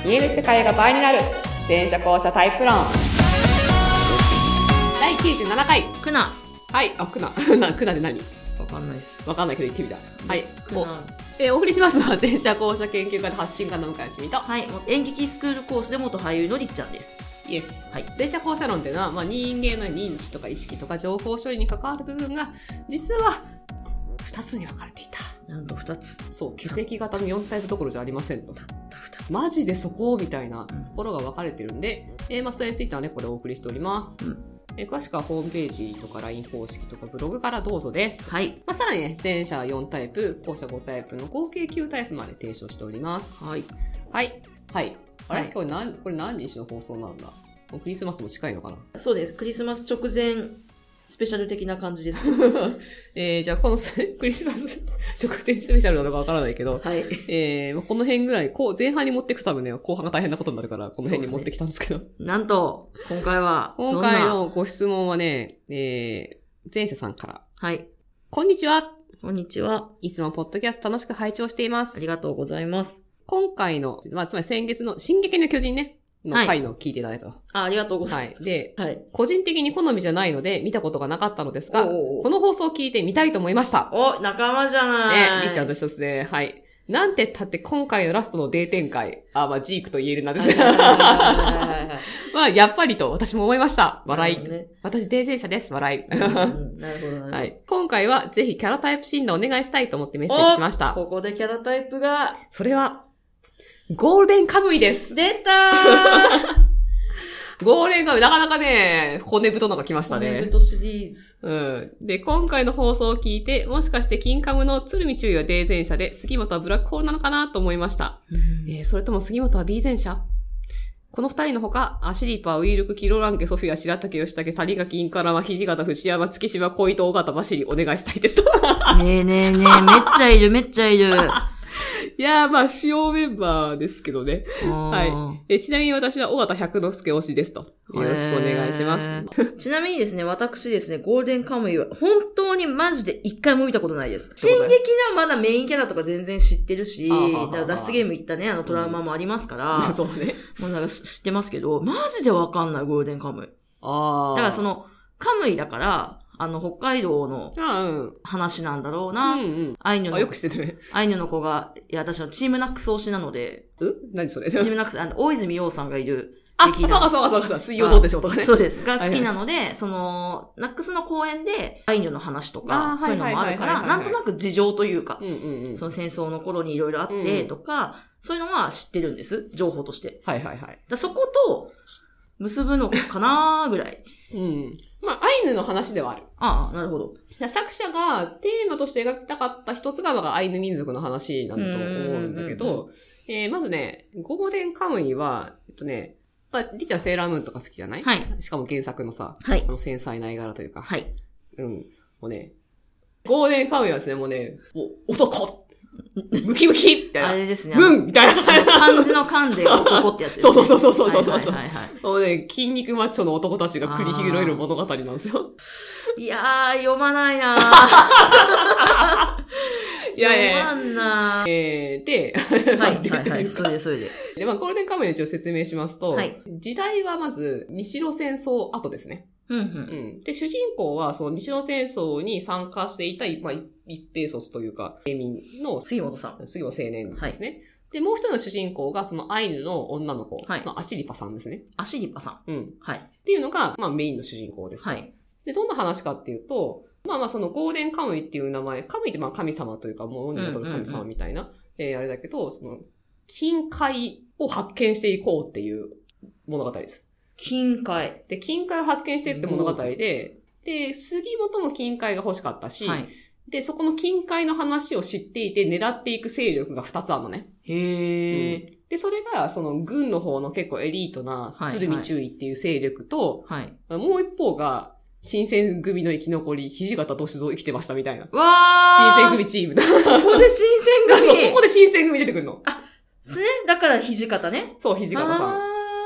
見える世界が倍になる電車交差タイプ論第97回クナ。 はい、クナで何？ わかんないです。 わかんないけど言ってみた。はい。 クお送りしますのは電車交差研究家で発信家の向井しみと。 はい。演劇スクール講師で元俳優のりっちゃんです。 イエス。はい。電車交差論っていうのは、人間の認知とか意識とか情報処理に関わる部分が、実は2つに分かれていた。 なんと2つ。 そう、血液型の4タイプどころじゃありませんと。マジでそこみたいなところが分かれてるんで、それについてはね、これお送りしております。詳しくはホームページとか LINE 公式とかブログからどうぞです。 はい。 さらにね、前者4タイプ、後者5タイプの合計9タイプまで提唱しております。 はい。 はい。はい。あれ、 はい、 これ何日の放送なんだ？もうクリスマスも近いのかな？ そうです。クリスマス直前スペシャル的な感じです。 じゃあこのクリスマス直前スペシャルなのかわからないけど、 はい。 この辺ぐらい、前半に持っていくと多分ね、後半が大変なことになるから、この辺に持ってきたんですけど。 なんと、今回のご質問はね、前世さんから。 はい。 こんにちは。 こんにちは。 いつもポッドキャスト楽しく拝聴しています。 ありがとうございます。 今回の、つまり先月の進撃の巨人ね。の回の聞いていただいた。はい、 ありがとうございます。 はい。で、 はい、 個人的に好みじゃないので見たことがなかったのですが、この放送を聞いてみたいと思いました。 お、仲間じゃない。 ね、りっちゃんと一緒ですね。はい。なんてったって今回のラストのデー展開。ジークと言えるなですね。やっぱりと私も思いました。笑い。ね、私、デー前者です。笑い。 なるほど。 はい。今回はぜひキャラタイプ診断お願いしたいと思ってメッセージしました。 ここでキャラタイプが。 それは、ゴールデンカムイです。 出たーゴールデンカムイ、なかなかね、骨太のが来ましたね。 骨太シリーズ。で、今回の放送を聞いて、もしかして金カムの鶴見注意は D 前者で、杉本はブラックホールなのかなと思いました。それとも杉本は B 前者？この二人のほか、アシリパー、ウィールク、キロランケ、ソフィア、白竹、吉竹、サリガキ、インカラマ、土方、藤山、月島、小糸、尾形、バシリ、お願いしたいです。 ねえ、めっちゃいる。 いやー、主要メンバーですけどね。はい。ちなみに私は尾形百之助推しですと。よろしくお願いします。 ちなみにですね、私ですね、ゴールデンカムイは本当にマジで一回も見たことないです。進撃のまだメインキャラとか全然知ってるし、脱出ゲーム行ったね、トラウマもありますから。 そうね。 もうなんか知ってますけど、マジでわかんない、ゴールデンカムイ。だからカムイだから、北海道の話なんだろうな。アイヌの。 よく知ってるね。 アイヌの子が、私のチームナックス推しなので。 何それ？ チームナックス、大泉洋さんがいる。 そうか。水曜どうでしょうとかね。 そうです。が好きなので、ナックスの公演で、アイヌの話とか、そういうのもあるから、なんとなく事情というか、その戦争の頃にいろいろあってとか、そういうのは知ってるんです。情報として。そこと結ぶのかなーぐらい。 アイヌの話ではある。 なるほど。 作者がテーマとして描きたかった一つが、アイヌ民族の話なんだと思うんだけど、まずね、ゴールデンカムイは、リちゃんセーラームーンとか好きじゃない？ はい。 しかも原作のさ、繊細な絵柄というか。 はい。 もうね、ゴールデンカムイはですね、もう男ムキムキみたいな。 あれですね。 みたいな。 漢字の漢で男ってやつですね。 そう。もうね、筋肉マッチョの男たちが繰り広げる物語なんですよ。 いやー、読まないなー。読まんなー。 で、 それで。 で、ゴールデンカムイの一応説明しますと、時代はまず、日露戦争後ですね。で、主人公は、その日露戦争に参加していた、一兵卒というか、平民の杉本青年ですね。で、もう一人の主人公が、そのアイヌの女の子のアシリパさんですね。 アシリパさん。 っていうのが、メインの主人公です。で、どんな話かっていうと、そのゴールデンカムイっていう名前、カムイって神様というか、もう鬼を取る神様みたいな、あれだけど、その、金塊を発見していこうっていう物語です。 金塊。 で、金塊を発見していくって物語で、杉本も金塊が欲しかったし、で、そこの金塊の話を知っていて狙っていく勢力が2つあるのね。で、それが、その軍の方の結構エリートな、鶴見注意っていう勢力と、もう一方が、新選組の生き残り、土方歳三生きてましたみたいな。新選組チームだ。 ここで新選組ここで新選組出てくるの。 だから土方ね。 そう、土方さん。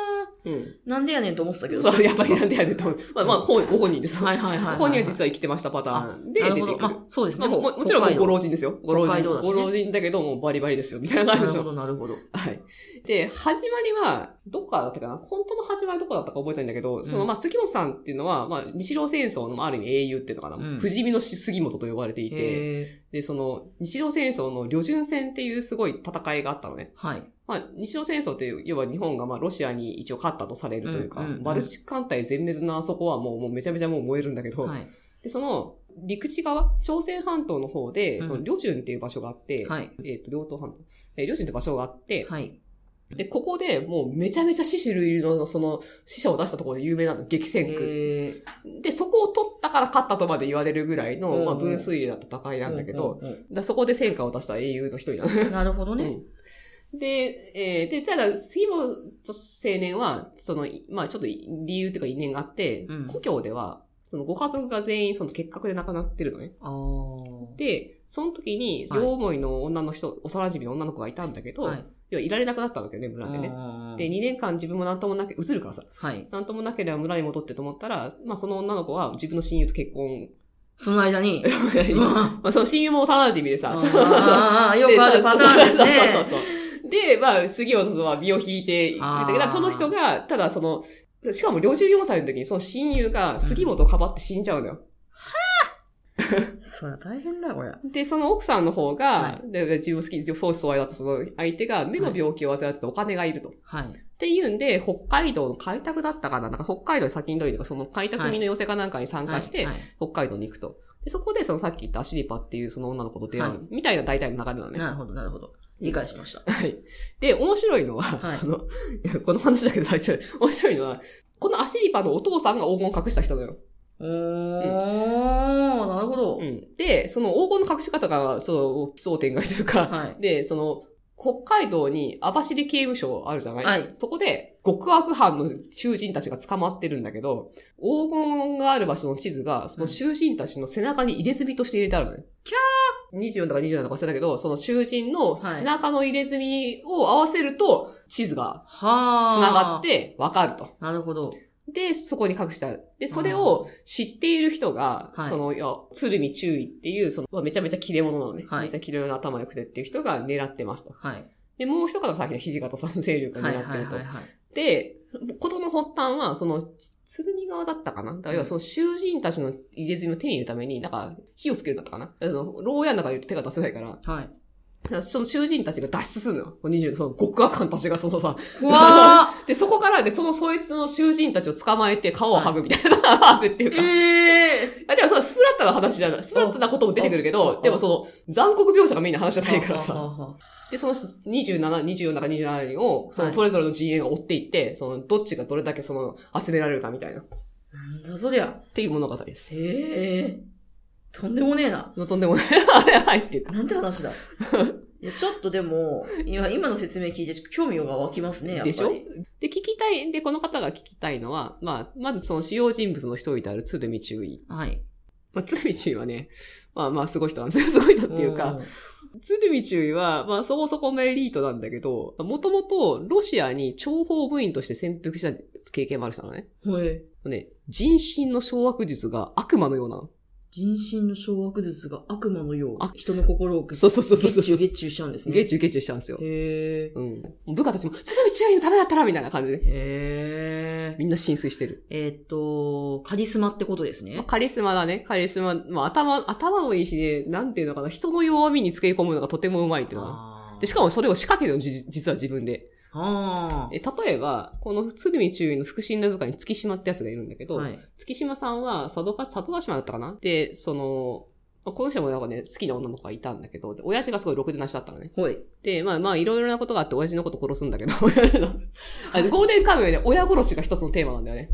なんでやねんと思ってたけど。 そう、やっぱりなんでやねんと思う。まあ、ご本人です。 はい。 ご本人は実は生きてましたパターンで出てくる。 まあ、そうですね。 もちろんご老人ですよ。ご老人。 ご老人だけどもバリバリですよ。みたいな感じでしょ。 なるほど。 はい。で、始まりは、どこからだったかな？本当の始まりどこだったか覚えてないんだけど、杉本さんっていうのは、日露戦争のある意味英雄っていうのかな。不死身の杉本と呼ばれていて、で、日露戦争の旅順戦っていうすごい戦いがあったのね。はい。日露戦争って要は日本がロシアに一応勝ったとされるというか、バルチック艦隊全滅のあそこはもうめちゃめちゃもう燃えるんだけど、はい、で、陸地側、朝鮮半島の方で、旅順っていう場所があって、はい、両党半島。旅順って場所があって、はい。で、ここでもうめちゃめちゃ死死類の死者を出したところで有名なの、激戦区。で、そこを取ったから勝ったとまで言われるぐらいの、分水嶺な戦いなんだけど、そこで戦果を出した英雄の一人なの。 なるほどね。 で、ただ、杉本青年は、ちょっと理由というか因縁があって、故郷では、ご家族が全員結核で亡くなってるのね。で、その時に、両思いの女の人、幼馴染の女の子がいたんだけど、いられなくなったわけよね、村でね。で、2年間自分もなんともなけ、移るからさ。はい。なんともなければ村に戻ってと思ったら、その女の子は自分の親友と結婚。 その間に。 その親友も幼馴染でさ。 よくあるパターンですね。 そう。で、杉本は身を引いて、その人が、ただしかも54歳の時にその親友が杉本をかばって死んじゃうのよ。 そりゃ大変だ、これ。 で、その奥さんの方が、自分好き、相思相愛だったその相手が目の病気を患っててお金がいると。はい。っていうんで、北海道の開拓だったかな、北海道に先に取りとか、その開拓民の寄せかなんかに参加して、北海道に行くと。で、そこでさっき言ったアシリパっていうその女の子と出会う、みたいな大体の流れなのね。 なるほど、なるほど。理解しました。 はい。で、面白いのは、この話だけど大丈夫。面白いのは、このアシリパのお父さんが黄金を隠した人だよ。 なるほど。 で、その黄金の隠し方が、奇想天外というか、で、北海道に網走刑務所あるじゃない？はい。そこで、極悪犯の囚人たちが捕まってるんだけど、黄金がある場所の地図が、その囚人たちの背中に入れ墨として入れてあるのね。 キャー !24 とか27とかしてたけど、その囚人の背中の入れ墨を合わせると、地図が、繋がってわかると。 なるほど。 で、そこに隠してある。で、それを知っている人が、鶴見中尉っていう、めちゃめちゃ切れ者なのね。めちゃ切れ者頭良くてっていう人が狙ってますと。はい。で、もう一方がさっきの土方さんの勢力が狙ってると。で、ことの発端は、鶴見側だったかな。だから囚人たちの入れ墨を手に入れるために、火をつけるんだったかな。牢屋の中にいると手が出せないから。はい。その囚人たちが脱出するのよ。極悪犯たちがで、そこからそいつの囚人たちを捕まえて皮を剥ぐみたいな、剥ぐっていうか。でもスプラッタな話じゃない。スプラッタなことも出てくるけど、でも残酷描写がメインの話じゃないからさ。で、24中27人を、それぞれの陣営が追っていって、どっちがどれだけ集められるかみたいな。 なんだそりゃ。 っていう物語です。 とんでもねえな。 とんでもない。はいっていうか。 なんて話だ。いや、ちょっとでも、今の説明聞いて興味が湧きますね、やっぱり。 でしょ？で、この方が聞きたいのは、まず主要人物の一人である鶴見中尉。はい。鶴見中尉はね、すごい人なんですよ。すごい人っていうか、鶴見中尉は、そこそこのエリートなんだけど、もともとロシアに諜報部員として潜伏した経験もある人なのね。人心の掌握術が悪魔のようなの。 人心の掌握術が悪魔のよう。人の心をゲッチュしちゃうんですね。 ゲッチュしちゃうんですよ。部下たちも、鶴見中尉のためだったらみたいな感じで。みんな浸水してる。 カリスマってことですね。 カリスマだね。カリスマ。頭のいいしね、なんていうのかな、人の弱みにつけ込むのがとてもうまいっていうのかな。で、しかもそれを仕掛けるの実は自分で。例えば、この鶴見中尉の腹心の部下に月島ってやつがいるんだけど、月島さんは佐渡島だったかなで、この人も好きな女の子がいたんだけど、親父がすごいろくでなしだったのね。で、いろいろなことがあって親父のこと殺すんだけど、ゴールデンカムイで親殺しが一つのテーマなんだよね。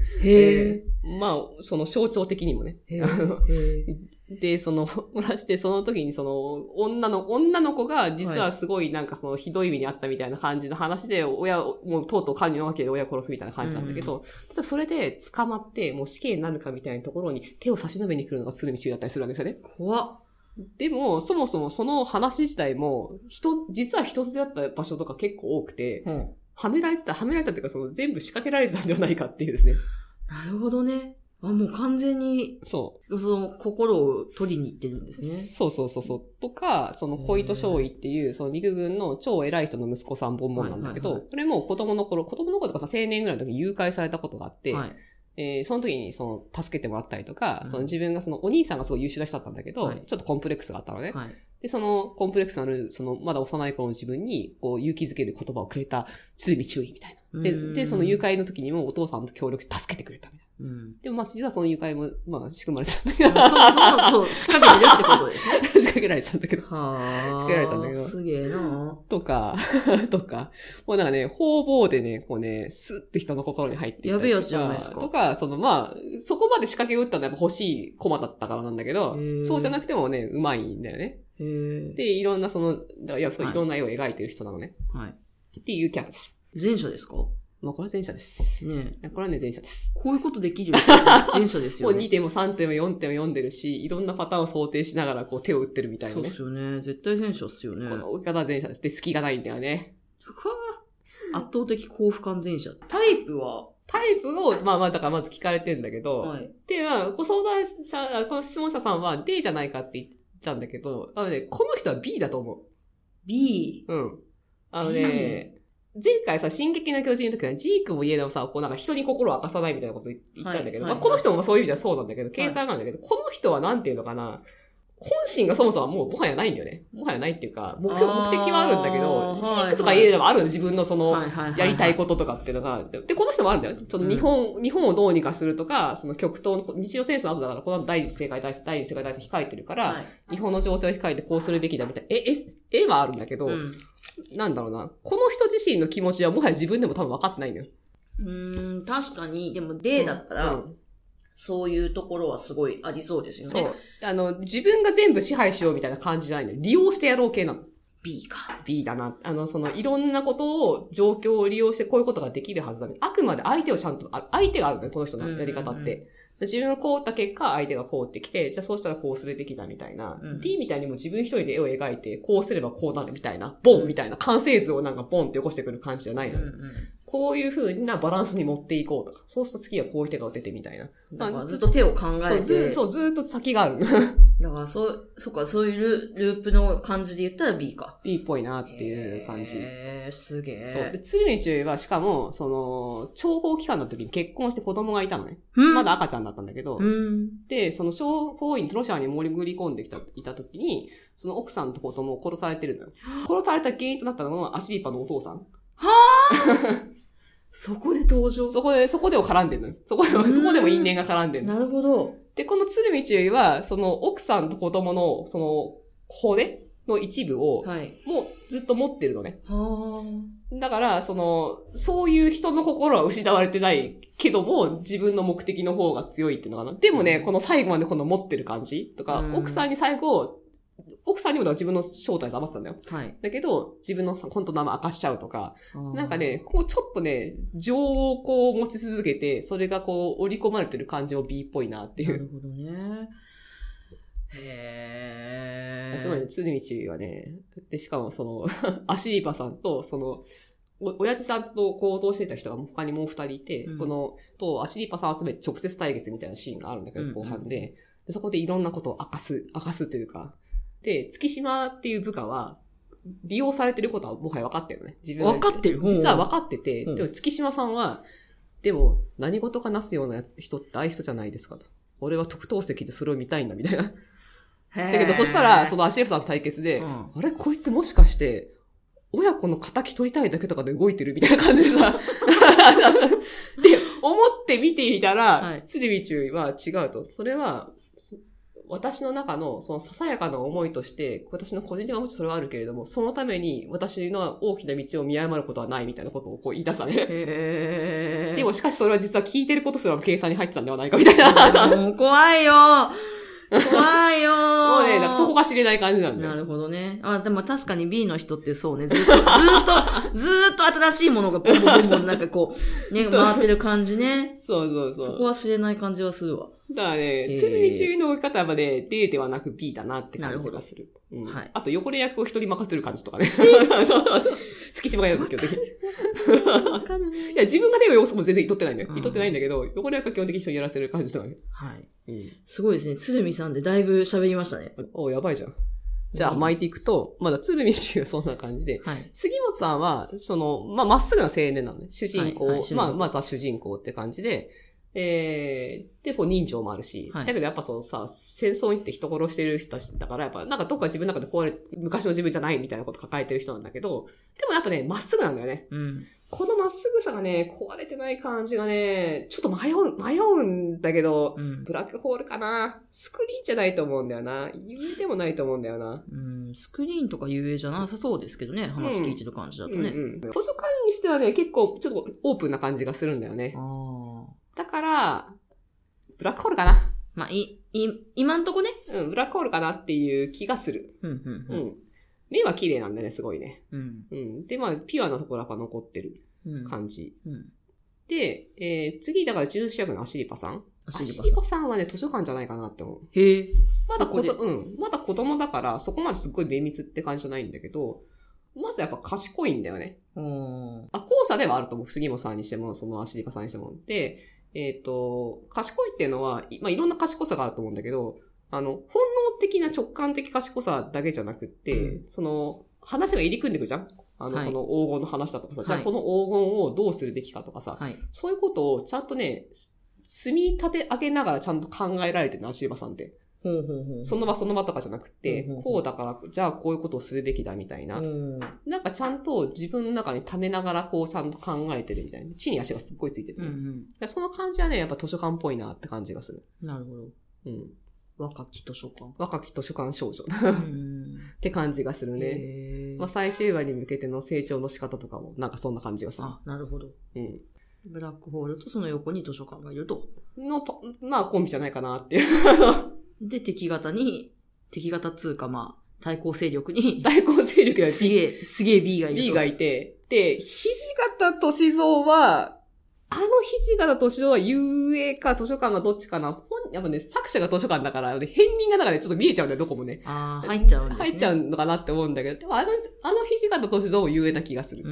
象徴的にもね。で、その時に女の子が実はすごいひどい目にあったみたいな感じの話で、もうとうとう管理のわけで親殺すみたいな感じなんだけど、ただそれで捕まって、もう死刑になるかみたいなところに手を差し伸べに来るのが鶴見中尉だったりするわけですよね。 怖っ。 でも、そもそもその話自体も、実は人捨てだった場所とか結構多くて、 はめられてたっていうか、全部仕掛けられてたんではないかっていうですね。 なるほどね。もう完全に、その心を取りに行ってるんですね。 そう。とか、小糸少尉っていう、陸軍の超偉い人の息子さんボンボンなんだけど、これも子供の頃とか青年ぐらいの時に誘拐されたことがあって、その時に助けてもらったりとか、自分がお兄さんがすごい優秀な人だったんだけど、ちょっとコンプレックスがあったのね。で、そのコンプレックスのある、まだ幼い頃の自分に、勇気づける言葉をくれた、鶴見注意みたいな。で、その誘拐の時にもお父さんと協力して助けてくれたみたいな。でも実はその誘拐も、仕組まれてたんだけど。 そう、仕掛けてるってことですね。 仕掛けられてたんだけど。仕掛けられてたんだけど。 すげえなとか、もうなんかね、方々でね、スッて人の心に入っていったりとか。 やべえやつじゃないですか。 とか、そこまで仕掛けを打ったのはやっぱ欲しい駒だったからなんだけど、そうじゃなくてもね、うまいんだよね。で、いろんないろんな絵を描いてる人なのね。っていうキャラです。 前者ですか？ これは前者です。これはね、前者です。 こういうことできる前者ですよね。 もう2点も3点も4点も読んでるし、いろんなパターンを想定しながら手を打ってるみたいなね。 そうですよね。絶対前者っすよね。 この置き方は前者です。で、隙がないんだよね。 圧倒的幸福感前者。タイプを、 だからまず聞かれてんだけど、で、この質問者さんは D じゃないかって言ってたんだけど、この人は B だと思う。 B？ 前回進撃の巨人の時はジークも家でも人に心を明かさないみたいなこと言ったんだけど、この人もそういう意味ではそうなんだけど、計算なんだけど、この人はなんていうのかな、本心がそもそももはやないんだよね。もはやないっていうか、目的はあるんだけど、ジークとか家でもあるの、自分のやりたいこととかっていうのが、で、この人もあるんだよ。日本をどうにかするとか、極東の日露戦争の後だから、この第一次世界大戦控えてるから、日本の情勢を控えてこうするべきだみたいな、絵はあるんだけど、なんだろうな。この人自身の気持ちはもはや自分でも多分分かってないんだよ。 確かに、でも D だったら、そういうところはすごいありそうですよね。 そう。自分が全部支配しようみたいな感じじゃないんだよ。利用してやろう系なの。 B か。 B だな。いろんなことを、状況を利用してこういうことができるはずだ。あくまで相手があるね、この人のやり方って。自分がこう打った結果、相手がこうってきて、じゃあそうしたらこうするべきだみたいな。D みたいにも自分一人で絵を描いて、こうすればこうなるみたいな。ボンみたいな。完成図をボンって起こしてくる感じじゃないの。こういう風なバランスに持っていこうとか。そうすると次はこういう手が出てみたいな。 ずっと手を考えて。 ずっと先がある。 だからそういうループの感じで言ったら B か。 B っぽいなっていう感じ。 すげえ。 そう。で、鶴見中はしかも、諜報機関の時に結婚して子供がいたのね。まだ赤ちゃんだったんだけど。で、諜報員、ロシアに潜り込んでいた時に、その奥さんと子供を殺されてるのよ。殺された原因となったのはアシリパのお父さん。 はぁそこで登場。 そこでも絡んでるのよ。そこでも因縁が絡んでるの。 なるほど。 で、この鶴見中は、奥さんと子供の、骨の一部を、もうずっと持ってるのね。だから、そういう人の心は失われてないけども、自分の目的の方が強いっていうのかな。でもね、この最後までこの持ってる感じとか、奥さんにも自分の正体が余ってたんだよ。だけど、自分の本当の名前明かしちゃうとか、ちょっとね、情を持ち続けて、それが織り込まれてる感じを B っぽいなっていう。 なるほどね。へー。 すごいね、鶴見中はね、で、しかもアシリパさんと、親父さんと行動してた人が他にもう2人いて、アシリパさんは直接対決みたいなシーンがあるんだけど、後半で、そこでいろんなことを明かすというか、で、月島っていう部下は、利用されてることはもはや分かってるのね。自分分かってる実は分かってて、でも月島さんは、でも何事かなすような人ってああいう人じゃないですかと。俺は特等席でそれを見たいんだ、みたいな。だけど、そしたら、アシエフさんの対決で、あれこいつもしかして、親子の仇取りたいだけとかで動いてるみたいな感じでさ、で、思って見てみたら、鶴見中は違うと。それは、私の中のささやかな思いとして、私の個人的な思いとそれはあるけれども、そのために私の大きな道を見誤ることはないみたいなことを言い出したね。でもしかしそれは実は聞いてることすらも計算に入ってたんではないかみたいな。 もう怖いよ。 怖いよー。 もうね、なんかそこが知れない感じなんだよ。 なるほどね。あ、でも確かに B の人ってそうね、ずーっと新しいものがボンボンボンボンなんかこう、ね、回ってる感じね。 そうそうそう。 そこは知れない感じはするわ。 だからね、鼓中の動き方はね、D ではなく B だなって感じがする。うん、はい。あと、汚れ役を一人任せる感じとかね。月島がやると基本的に。いや、自分が手を汚すも全然意図ってないんだよ。意図ってないんだけど、汚れ役は基本的に人にやらせる感じとかね。 はい。うん、すごいですね。鶴見さんでだいぶ喋りましたね。 お、やばいじゃん。じゃあ巻いていくと、まだ鶴見氏はそんな感じで、はい、杉本さんは、まっすぐな青年なのね。主人公、はいはい、まずは主人公って感じで、で、人情もあるし、はい、だけどやっぱ戦争に行って人殺してる人たちだから、やっぱなんかどっか自分の中で昔の自分じゃないみたいなこと抱えてる人なんだけど、でもやっぱね、まっすぐなんだよね。うん、このまっすぐさがね、壊れてない感じがね、ちょっと迷うんだけど、うん、ブラックホールかな。スクリーンじゃないと思うんだよな。遊泳でもないと思うんだよな。 スクリーンとか遊泳じゃなさそうですけどね、話聞いてる感じだとね。 図書館にしてはね、結構ちょっとオープンな感じがするんだよね。だから、ブラックホールかな。 まあ、今んとこね。 うん、ブラックホールかなっていう気がする。目は綺麗なんだね、すごいね。で、まあ、ピュアなところが残ってる感じ。で、次、だから、準主役のアシリパさん。アシリパさんはね、図書館じゃないかなって思う。 へえ。 まだ子供だから、そこまですっごい綿密って感じじゃないんだけど、まずやっぱ賢いんだよね。後者ではあると思う。杉本さんにしても、そのアシリパさんにしても。で、賢いっていうのは、まあ、いろんな賢さがあると思うんだけど、本能的な直感的賢さだけじゃなくって、話が入り組んでくじゃん？はい、その黄金の話だとかさ、じゃあこの黄金をどうするべきかとかさ、はい、そういうことをちゃんとね、積み立て上げながらちゃんと考えられてるの、アシリパさんって。その場とかじゃなくて、こうだから、じゃあこういうことをするべきだみたいな。なんかちゃんと自分の中に溜めながらこうちゃんと考えてるみたいな。地に足がすっごいついてる、その感じはね、やっぱ図書館っぽいなって感じがする。 なるほど。若き図書館。 若き図書館少女。って感じがするね。まあ最終話に向けての成長の仕方とかも、なんかそんな感じがする。 あ、なるほど。ブラックホールとその横に図書館がいると。 まあコンビじゃないかなっていう。 で、敵型通貨、まあ、対抗勢力に。 対抗勢力がすげえ B がいると。 B がいて。で、土方歳三は、土方歳三は遊泳か図書館がどっちかな。やっぱね、作者が図書館だから、片鱗がだからね、ちょっと見えちゃうんだよ、どこもね。 入っちゃうんですね。 入っちゃうのかなって思うんだけど、でも土方歳三も遊泳な気がする。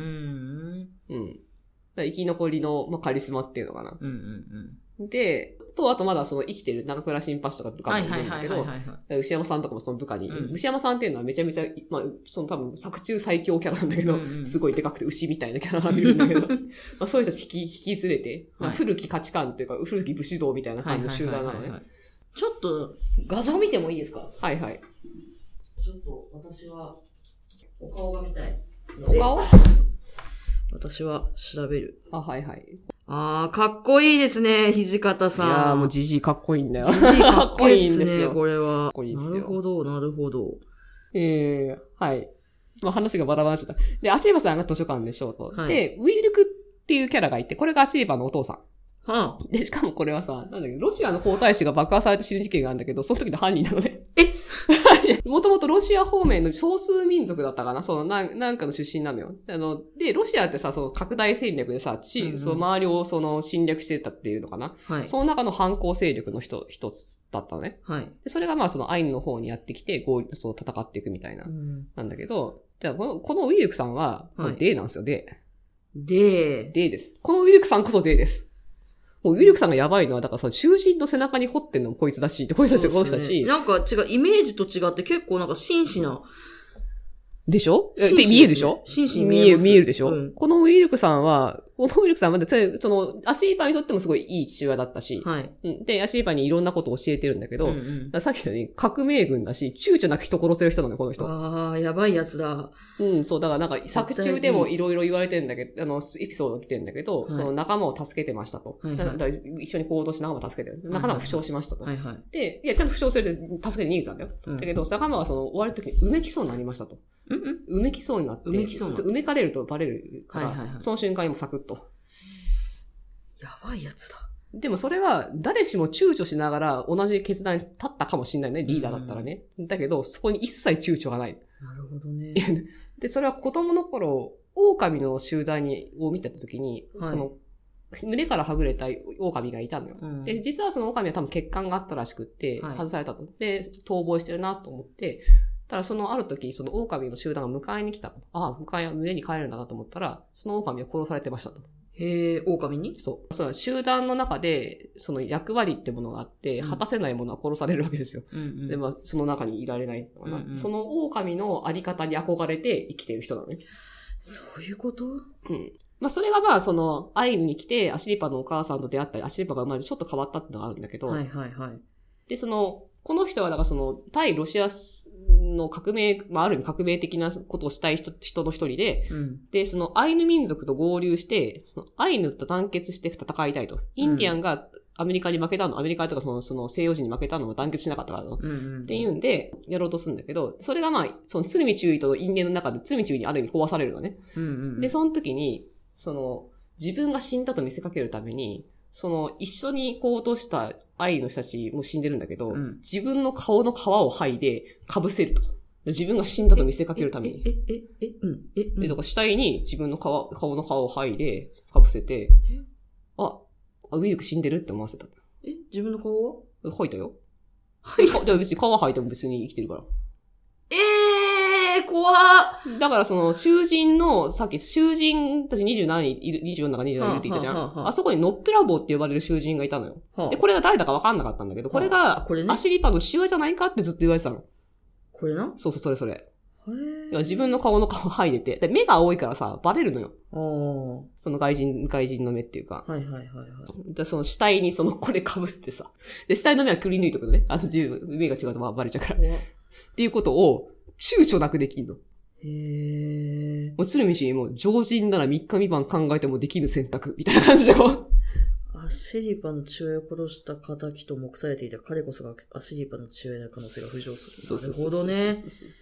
生き残りの、まあ、カリスマっていうのかな。で、あとまだ生きてる長倉新八とか部下がいるんだけど、牛山さんとかもその部下に、牛山さんっていうのはめちゃめちゃ、まあ、多分作中最強キャラなんだけど、すごいでかくて牛みたいなキャラがいるんだけど、まあそういう人引き連れて、古き価値観というか、古き武士道みたいな感じの集団なのね。 ちょっと画像見てもいいですか？ はいはい。 ちょっと私はお顔が見たい。 お顔？ 私は調べる。 はいはい。 かっこいいですね、土方さん。 いやーもうジジイかっこいいんだよ。 ジジイかっこいいんですね、これは。 かっこいいですよ。 なるほど、なるほど。 はい。まあ話がバラバラしちゃった。で、アシーバさんが図書館でしょうと。はい、で、ウィルクっていうキャラがいて、これがアシーバのお父さん。で、しかもこれはさ、なんだっけ、ロシアの皇太子が爆破されて死ぬ事件があるんだけど、その時の犯人なので。もともとロシア方面の少数民族だったかな、なんかの出身なのよ。で、ロシアってさ、拡大戦略でさ、その周りを侵略してたっていうのかな。はい。その中の反抗勢力の一つだったのね。はい。で、それがまあアイヌの方にやってきて、戦っていくみたいな。なんだけど、じゃあこのウィルクさんは、デーなんですよ、デーです。このウィルクさんこそデーです。ウィルクさんがやばいのは、だから囚人の背中に彫ってんのもこいつだし、こいつだし、こいつだし。 なんかイメージと違って結構なんか真摯な。 でしょで、見えるでしょ真摯に見えるでしょ、このウィルクさんは、アシーパにとってもすごいいい父親だったし、はい。で、アシーパにいろんなことを教えてるんだけど、さっきのように革命軍だし、躊躇なく人殺せる人なのよ、この人。 やばいやつだ。 そう、だからなんか作中でもいろいろ言われてんだけど、エピソード来てんだけど、その仲間を助けてましたと。一緒に行動して仲間を助けてる。仲間が負傷しましたと。で、いや、ちゃんと負傷するで助けて逃げてたんだよ。だけど、仲間が終わる時にうめきそうになりましたと。うめきそうになって、うめかれるとバレるから、その瞬間にもサクッと。 やばいやつだ。 でもそれは誰しも躊躇しながら同じ決断に立ったかもしれないね、リーダーだったらね。だけど、そこに一切躊躇がない。 なるほどね。 で、それは子供の頃、狼の集団を見てた時に、その、胸からはぐれた狼がいたのよ。で、実はその狼は多分欠陥があったらしくって、外されたと。で、逃亡してるなと思って、ただそのある時、その狼の集団が迎えに来たと。群れに帰るんだなと思ったら、その狼は殺されてましたと。 へー、狼に？ そう。その集団の中で、その役割ってものがあって、果たせないものは殺されるわけですよ。で、その中にいられないのかな。その狼のあり方に憧れて生きている人なのね。 そういうこと？ それがその、アイヌに来て、アシリパのお母さんと出会ったり、アシリパが生まれてちょっと変わったってのがあるんだけど。で、この人は、だから対ロシアの革命、ある意味革命的なことをしたい人の一人で、で、そのアイヌ民族と合流して、アイヌと団結して戦いたいと。インディアンがアメリカに負けたの、アメリカとかその西洋人に負けたのも団結しなかったからの。っていうんで、やろうとするんだけど、それがその鶴見中尉と因縁の中で鶴見中尉にある意味壊されるのね。で、その時に、自分が死んだと見せかけるために、一緒に行こうとしたアイヌの人たちも死んでるんだけど、自分の顔の皮を剥いで被せると。自分が死んだと見せかけるために。だから死体に自分の顔の皮を剥いで被せて、ウィルク死んでるって思わせた。 自分の顔は剥いたよ。でも別に皮剥いても別に生きてるから。 怖っ。 だから囚人の、さっき囚人たち27だか27いるって言ったじゃん。あそこにノッペラボーって呼ばれる囚人がいたのよ。で、これが誰だか分かんなかったんだけど、これが、アシリパの父親じゃないかってずっと言われてたの。 これな？ そう、それ。自分の顔の皮剥いでて、で目が青いからさ、バレるのよ。その外人の目っていうか。で、その死体にこれ被せてさ。で、死体の目はくり抜いとくのね。目が違うとバレちゃうから。っていうことを、躊躇なくできんの。もう鶴見氏も常人なら3日3晩考えてもできぬ選択、みたいな感じでも。 アシリパの父親を殺した仇と目されていた彼こそがアシリパの父親の可能性が浮上する。なるほどね。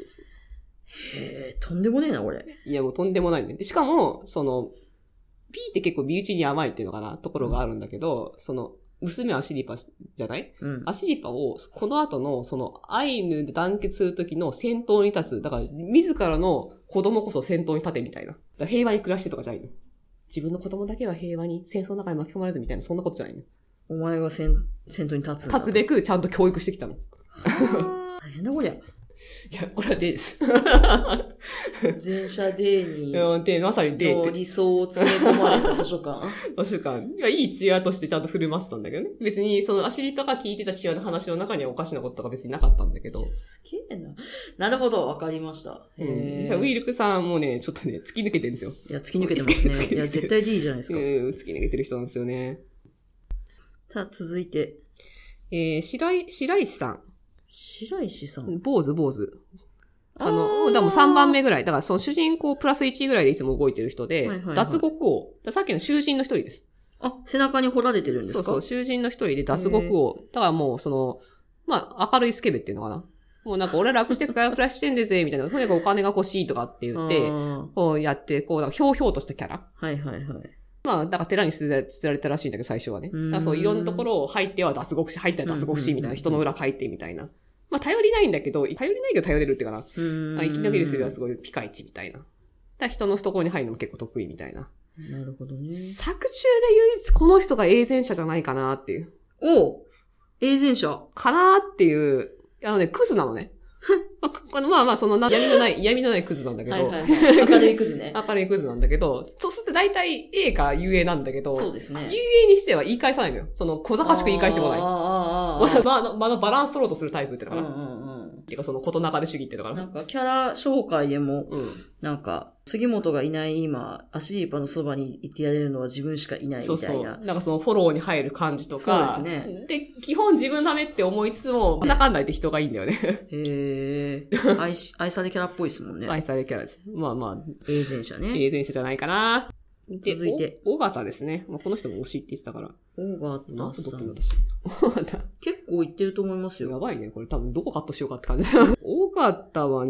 とんでもねえな、これ。 いや、もうとんでもないね。でしかも、P って結構身内に甘いっていうのかな、ところがあるんだけど、娘はアシリパじゃない？アシリパを、この後の、アイヌで団結するときの先頭に立つ。だから、自らの子供こそ先頭に立てみたいな。だから平和に暮らしてとかじゃないの。自分の子供だけは平和に戦争の中に巻き込まれずみたいな、そんなことじゃないの。 お前が先頭に立つんだ。 立つべくちゃんと教育してきたの。 大変だこりゃ。 いや、これはデーです。 前者デーに。 で、まさにデーって。 理想を詰め込まれた図書館。 図書館。いや、いい父親としてちゃんと振る舞ってたんだけどね。別に、アシリパが聞いてた父親の話の中にはおかしなこととか別になかったんだけど。 すげえな。なるほど、わかりました。 ウィルクさんもね、ちょっとね、突き抜けてるんですよ。 いや、突き抜けてますね。いや、絶対 D じゃないですか。 突き抜けてる人なんですよね。 さあ、続いて。 白石さん。 白石さん。 坊主。だも3番目ぐらい。だから主人公プラス1ぐらいでいつも動いてる人で、脱獄王。さっきの囚人の一人です。 背中に彫られてるんですか？ そう、囚人の一人で脱獄王。だからもう明るいスケベっていうのかな。もうなんか俺楽して暮らしてんですね、みたいな。とにかくお金が欲しいとかって言って、こうやって、なんかひょうひょうとしたキャラ。だから寺に捨てられたらしいんだけど、最初はね。だからいろんなところを入っては脱獄し、入ったら脱獄し、みたいな。人の裏書いてみたいな。頼りないんだけど、頼れるっていうかな。生き延びるするはすごいピカイチみたいな。だから人の懐に入るのも結構得意みたいな。 なるほどね。 作中で唯一この人が永前者じゃないかなっていう。 永前者かなっていう、クズなのね。闇のないクズなんだけど。 明るいクズね。 明るいクズなんだけど、そうすると大体 A か UA なんだけど、 そうですね。 UA にしては言い返さないのよ。小賢しく言い返してこない。バランス取ろうとするタイプっていうのかな。っていうか事なかれ主義っていうのかな。 なんかキャラ紹介でも、なんか、杉本がいない今、アシリパのそばにいてやれるのは自分しかいないみたいな。 そう。なんかフォローに入る感じとか。 そうですね。 で、基本自分のためって思いつつも、なんだかんだ言って人がいいんだよね。 へ愛されキャラっぽいですもんね。 愛されキャラです。 永前者ね。 永前者じゃないかな。 続いて。 尾形ですね。この人も推しって言ってたから。 尾形さん。結構言ってると思いますよ。 やばいね。これ多分どこカットしようかって感じだ。尾形は、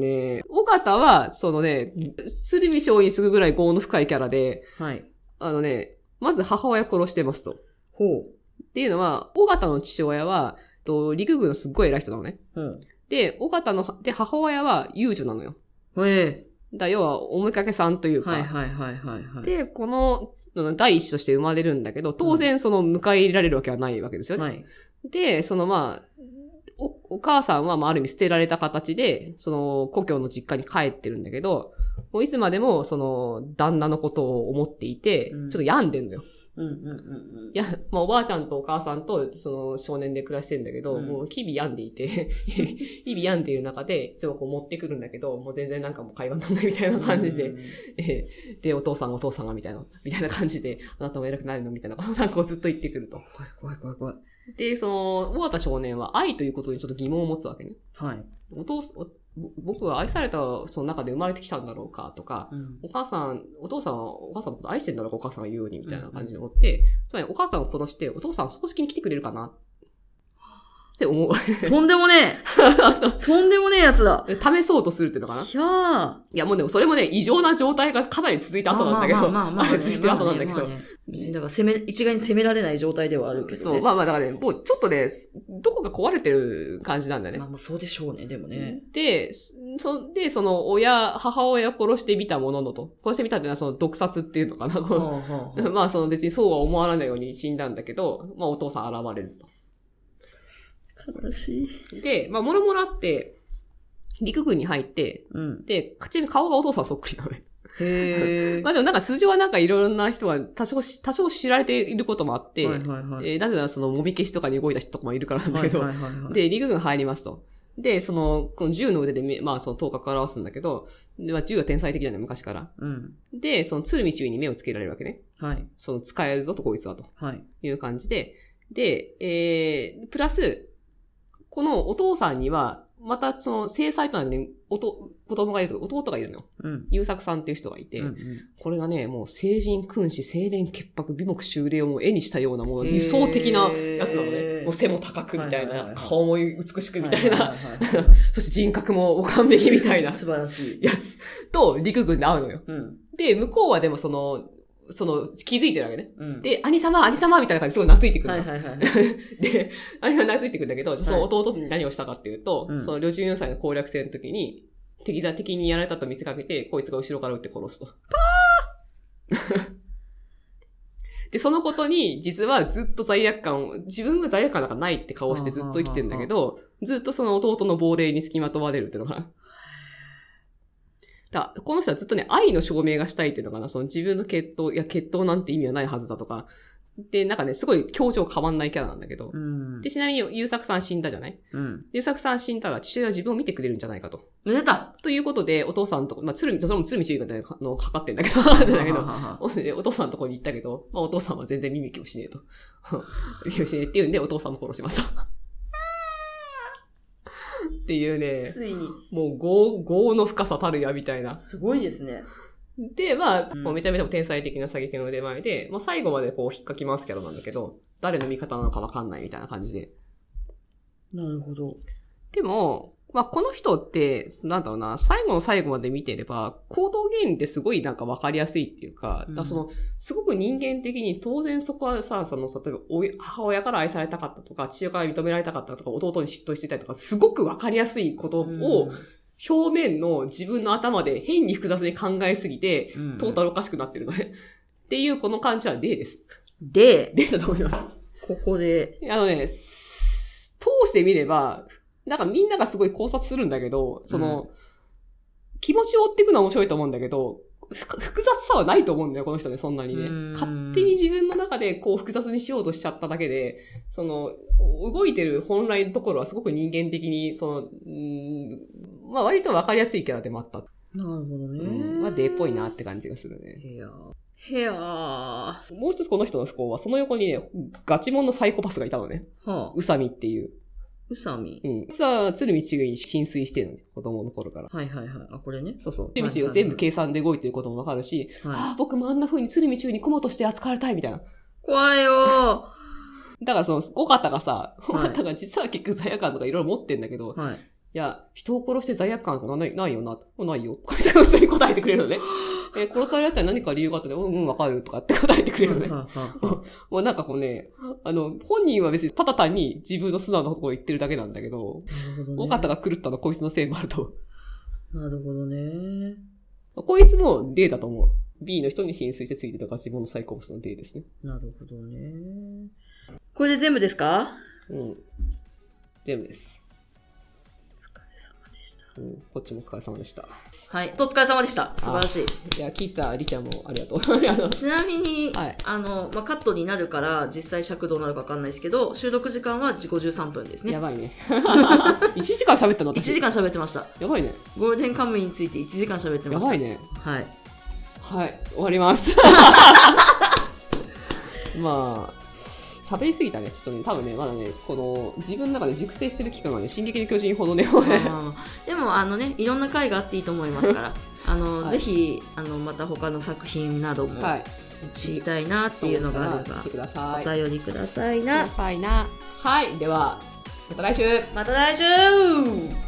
鶴見翔に次ぐぐらい業の深いキャラで、まず母親殺してますと。 っていうのは、尾形の父親は、陸軍のすっごい偉い人なのね。うん、で、尾形の、で、母親は遊女なのよ。要は、おめかけさんというか。で、この、第一子として生まれるんだけど、当然その迎え入れられるわけはないわけですよね。はい、で、お母さんはある意味捨てられた形で、故郷の実家に帰ってるんだけど、もういつまでも旦那のことを思っていて、ちょっと病んでんのよ。いや、おばあちゃんとお母さんと少年で暮らしてるんだけど、もう日々病んでいて、日々病んでいる中で、いつも持ってくるんだけど、もう全然なんかもう会話にならないみたいな感じで、で、お父さんがみたいな感じで、あなたも偉くなるのみたいなことをなんかずっと言ってくると。 怖い。 で、尾形少年は愛ということにちょっと疑問を持つわけね。はい。僕は愛されたその中で生まれてきたんだろうかとか、お父さんはお母さんのこと愛してんだろうかお母さんが言うにみたいな感じで思って、つまりお母さんを殺してお父さんは葬式に来てくれるかなって思う。 とんでもねえやつだ。 試そうとするっていうのかな。いやもうでもそれもね、異常な状態がかなり続いた後なんだけど。続いてる後なんだけど。 別にだから一概に攻められない状態ではあるけどね。 そう、だからね、もうちょっとね、どこか壊れてる感じなんだよね。 そうでしょうね、でもね。 で、母親を殺してみたもののと。殺してみたっていうのは毒殺っていうのかな。別にそうは思わないように死んだんだけど、お父さん現れずと。 悲しい。 で、もろもろあって、陸軍に入って、で、ちなみに顔がお父さんそっくりなのね。でもなんか数字はなんかいろんな人が多少知られていることもあって、なぜならもみ消しとかに動いた人とかもいるからなんだけど、で、陸軍入りますと。で、この銃の腕で、頭角を表すんだけど、銃は天才的なの昔から。で、鶴見中に目をつけられるわけね。使えるぞとこいつはと。いう感じで、で、プラス、このお父さんには、また制裁となるね、子供がいると弟がいるのよ。優作さんっていう人がいて、これがね、もう聖人君子、清廉潔白、美目秀麗をもう絵にしたような、もう理想的なやつなのね。もう背も高くみたいな、顔も美しくみたいな、そして人格も完璧みたいな。 素晴らしい。 やつと陸軍で会うのよ。で、向こうはでも気づいてるわけね。で、兄様みたいな感じですごい懐いてくるの。で、兄が懐いてくるんだけど、その弟に何をしたかっていうと、その54歳の攻略戦の時に、敵にやられたと見せかけて、こいつが後ろから撃って殺すと。で、そのことに、実はずっと自分は罪悪感なんかないって顔をしてずっと生きてるんだけど、ずっとその弟の亡霊に付きまとわれるっていうのが、この人はずっとね、愛の証明がしたいっていうのかな、自分の血統なんて意味はないはずだとか。で、なんかね、すごい表情変わんないキャラなんだけど。で、ちなみに、優作さん死んだじゃない？優作さん死んだら、父親は自分を見てくれるんじゃないかと。 出たということで、お父さんと、鶴見中がかかってんだけど、お父さんのとこに行ったけど、お父さんは全然見向きもしねえと。見向きもしねえっていうんで、お父さんも殺しました。っていうね。 ついに。 もう業の深さたるやみたいな。 すごいですね。 で、もうめちゃめちゃ天才的な射撃の腕前で、最後まで引っかき回すキャラなんだけど、誰の味方なのかわかんないみたいな感じで。 なるほど。 でも、この人って、なんだろうな、最後の最後まで見ていれば、行動原因ってすごいなんかわかりやすいっていうか、すごく人間的に当然そこはさ、例えば母親から愛されたかったとか、父親から認められたかったとか、弟に嫉妬していたりとか、すごくわかりやすいことを、表面の自分の頭で変に複雑に考えすぎて、トータルおかしくなってるのね。っていうこの感じは例です。例だと思います。 ここで。 通してみれば、なんかみんながすごい考察するんだけど、気持ちを追っていくのは面白いと思うんだけど、複雑さはないと思うんだよ、この人ね、そんなにね。勝手に自分の中で複雑にしようとしちゃっただけで、動いてる本来のところはすごく人間的に、割とわかりやすいキャラでもあった。 なるほどね。 デーっぽいなって感じがするね。 へやー。もう一つこの人の不幸は、その横にね、ガチモンのサイコパスがいたのね。宇佐美っていう。 宇佐美。 さあ、鶴見中に浸水してるのね。子供の頃から。 これね。 そう。鶴見中が全部計算で動いてることもわかるし、僕もあんな風に鶴見中に駒として扱われたいみたいな。 怖いよー。だから尾形がさ、尾形が実は結局罪悪感とかいろいろ持ってんだけど、いや、人を殺して罪悪感とかないよな。ないよ。こうやって普通に答えてくれるのね。 殺されたら何か理由があったら、わかるとかって答えてくれるね。もうなんかこうね、本人は別にただ単に自分の素直なことを言ってるだけなんだけど、尾形が狂ったのはこいつのせいもあると。 なるほどね。 こいつも D だと思う。B の人に浸水してついてたから自分のサイコパスの D ですね。 なるほどね。これで全部ですか？ 全部です。こっちもお疲れ様でした。 はい。お疲れ様でした。素晴らしい。 いや、聞いたりちゃんもありがとう。 ちなみに、カットになるから、実際尺どうなるかわかんないですけど、収録時間は53分ですね。 やばいね。1時間喋ったの私。 1時間喋ってました。 やばいね。 ゴールデンカムイについて1時間喋ってました。 やばいね。 はい。 はい。終わります。まあ、喋りすぎたね。ちょっとね、多分ね、まだね、この、自分の中で熟成してる期間がね、進撃の巨人ほどね、 でも、いろんな回があっていいと思いますから、 はい、 ぜひ、また他の作品なども、知りたいなっていうのがあれば、お便りくださいな。 はい。では、また来週。 また来週